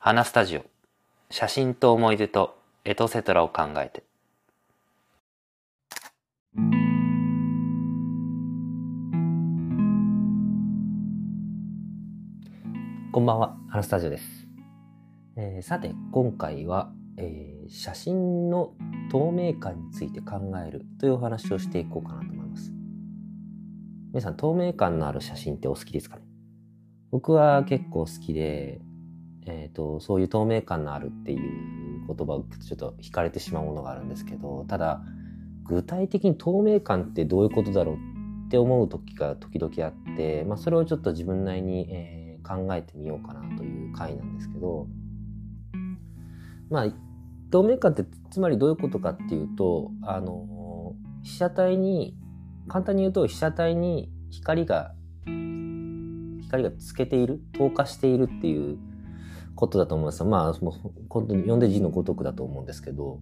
花スタジオ、写真と思い出とエトセトラを考えて。こんばんは、花スタジオです。さて今回は、写真の透明感について考えるというお話をしていこうかなと思います。皆さん、透明感のある写真ってお好きですかね？僕は結構好きで、そういう透明感のあるっていう言葉をちょっと惹かれてしまうものがあるんですけど、ただ具体的に透明感ってどういうことだろうって思う時が時々あって、それをちょっと自分なりに、考えてみようかなという回なんですけど、透明感ってつまりどういうことかっていうと、被写体に簡単に言うと被写体に光が透けている、透過しているっていうことだと思います。もう本当に読んで字のごとくだと思うんですけど、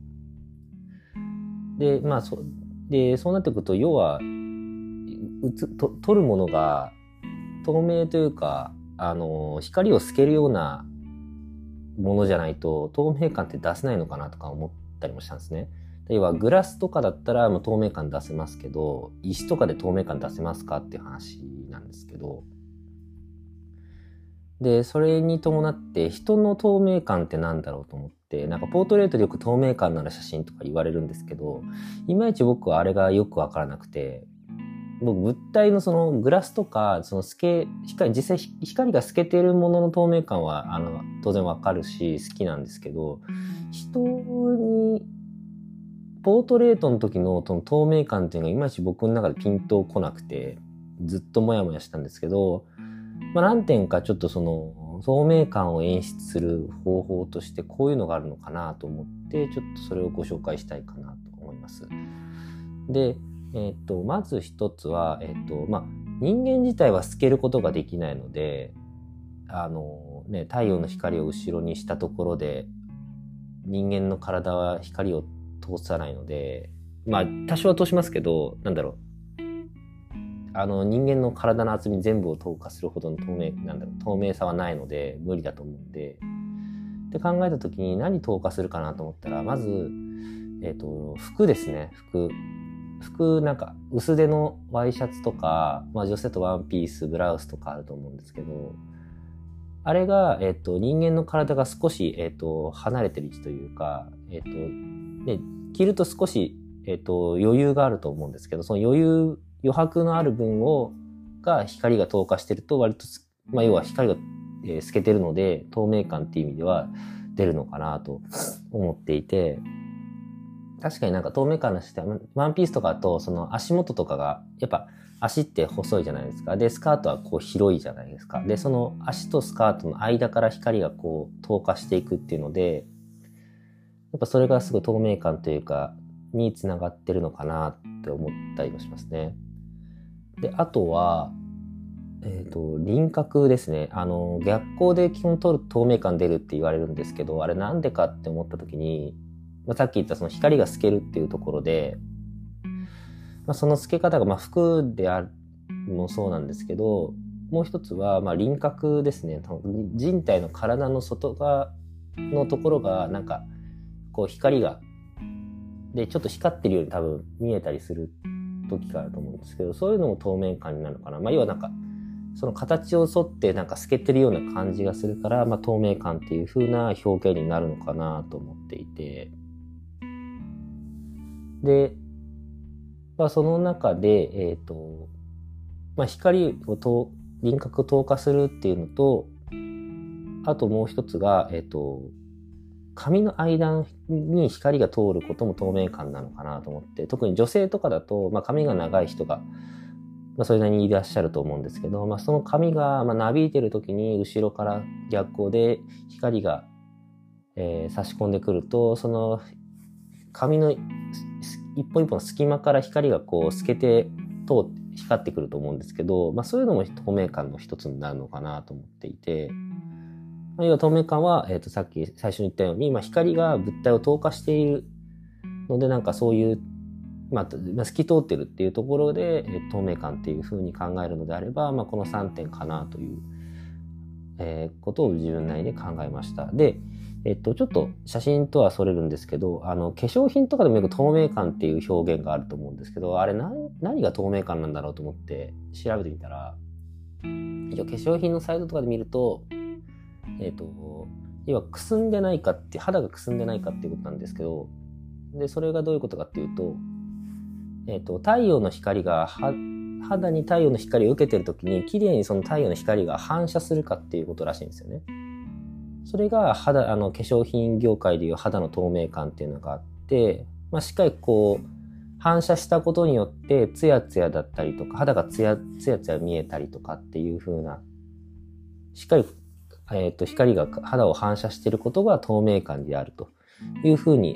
そうなってくると、要は撮るものが透明というか、光を透けるようなものじゃないと透明感って出せないのかなとか思ったりもしたんですね。要はグラスとかだったらもう透明感出せますけど、石とかで透明感出せますかっていう話なんですけど、でそれに伴って人の透明感ってなんだろうと思って、ポートレートでよく透明感のある写真とか言われるんですけど、いまいち僕はあれがよくわからなくて、僕物体のそのグラスとかその実際光が透けているものの透明感は当然わかるし好きなんですけど、人にポートレートの時のその透明感っていうのがいまいち僕の中でピンとこなくて、ずっとモヤモヤしたんですけど、何点かちょっとその透明感を演出する方法としてこういうのがあるのかなと思って、ちょっとそれをご紹介したいかなと思います。で、まず一つは、人間自体は透けることができないので、太陽の光を後ろにしたところで人間の体は光を通さないので、多少は通しますけど、人間の体の厚み全部を透過するほどの透明さはないので無理だと思うんで、って考えた時に何透過するかなと思ったら、まず、服ですね。服薄手のワイシャツとか、女性とワンピース、ブラウスとかあると思うんですけど、あれが、人間の体が少し、離れてる位置というか、着ると少し、余裕があると思うんですけど、その余白のある分が光が透過してると割と、要は光が、透けてるので透明感っていう意味では出るのかなと思っていて、確かに透明感のしてワンピースとかだとその足元とかがやっぱ足って細いじゃないですか。でスカートはこう広いじゃないですか。でその足とスカートの間から光がこう透過していくっていうので、やっぱそれがすごい透明感というかにつながってるのかなって思ったりもしますね。であとは輪郭ですね。逆光で基本撮ると透明感出るって言われるんですけど、あれなんでかって思った時に、さっき言ったその光が透けるっていうところで、その透け方が服であるもそうなんですけど、もう一つは輪郭ですね。人体の体の外側のところがこう光がでちょっと光ってるように多分見えたりする時があると思うんですけど、そういうのも透明感になるのかな。要はその形を沿って透けてるような感じがするから、透明感っていう風な表現になるのかなと思っていて、で、その中で、光を輪郭を透過するっていうのと、あともう一つが、髪の間に光が通ることも透明感なのかなと思って、特に女性とかだと、髪が長い人が、それなりにいらっしゃると思うんですけど、その髪がなびいてる時に後ろから逆光で光が、差し込んでくると、その髪の一本一本の隙間から光がこう透けて通って光ってくると思うんですけど、そういうのも透明感の一つになるのかなと思っていて、要は透明感は、さっき最初に言ったように、光が物体を透過しているので、そういう透き通ってるっていうところで透明感っていう風に考えるのであれば、この3点かなということを自分なりで考えました。で、ちょっと写真とはそれるんですけど、化粧品とかでもよく透明感っていう表現があると思うんですけど、あれ何が透明感なんだろうと思って調べてみたら、一応化粧品のサイトとかで見ると、要はくすんでないかって肌がくすんでないかっていうことなんですけど、でそれがどういうことかっていうと、太陽の光が肌に太陽の光を受けてるときに綺麗にその太陽の光が反射するかっていうことらしいんですよね。それが化粧品業界でいう肌の透明感っていうのがあって、しっかりこう反射したことによってツヤツヤだったりとか肌がツヤツヤ見えたりとかっていう風な、しっかり、光が肌を反射していることが透明感であるという風に、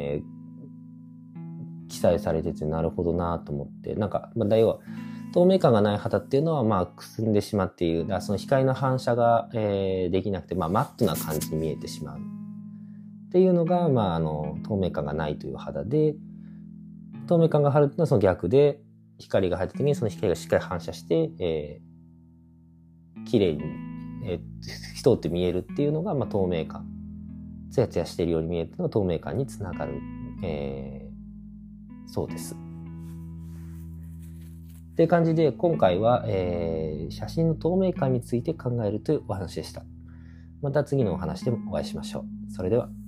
記載されてて、なるほどなと思って、要は透明感がない肌っていうのはくすんでしまっている、その光の反射が、できなくて、マットな感じに見えてしまうっていうのが、透明感がないという肌で、透明感があるっていうのはその逆で、光が入った時にその光がしっかり反射して、綺麗に、通って見えるっていうのが、透明感、ツヤツヤしているように見えるのが透明感につながる、そうです。っていう感じで今回は、写真の透明感について考えるというお話でした。また次のお話でもお会いしましょう。それでは。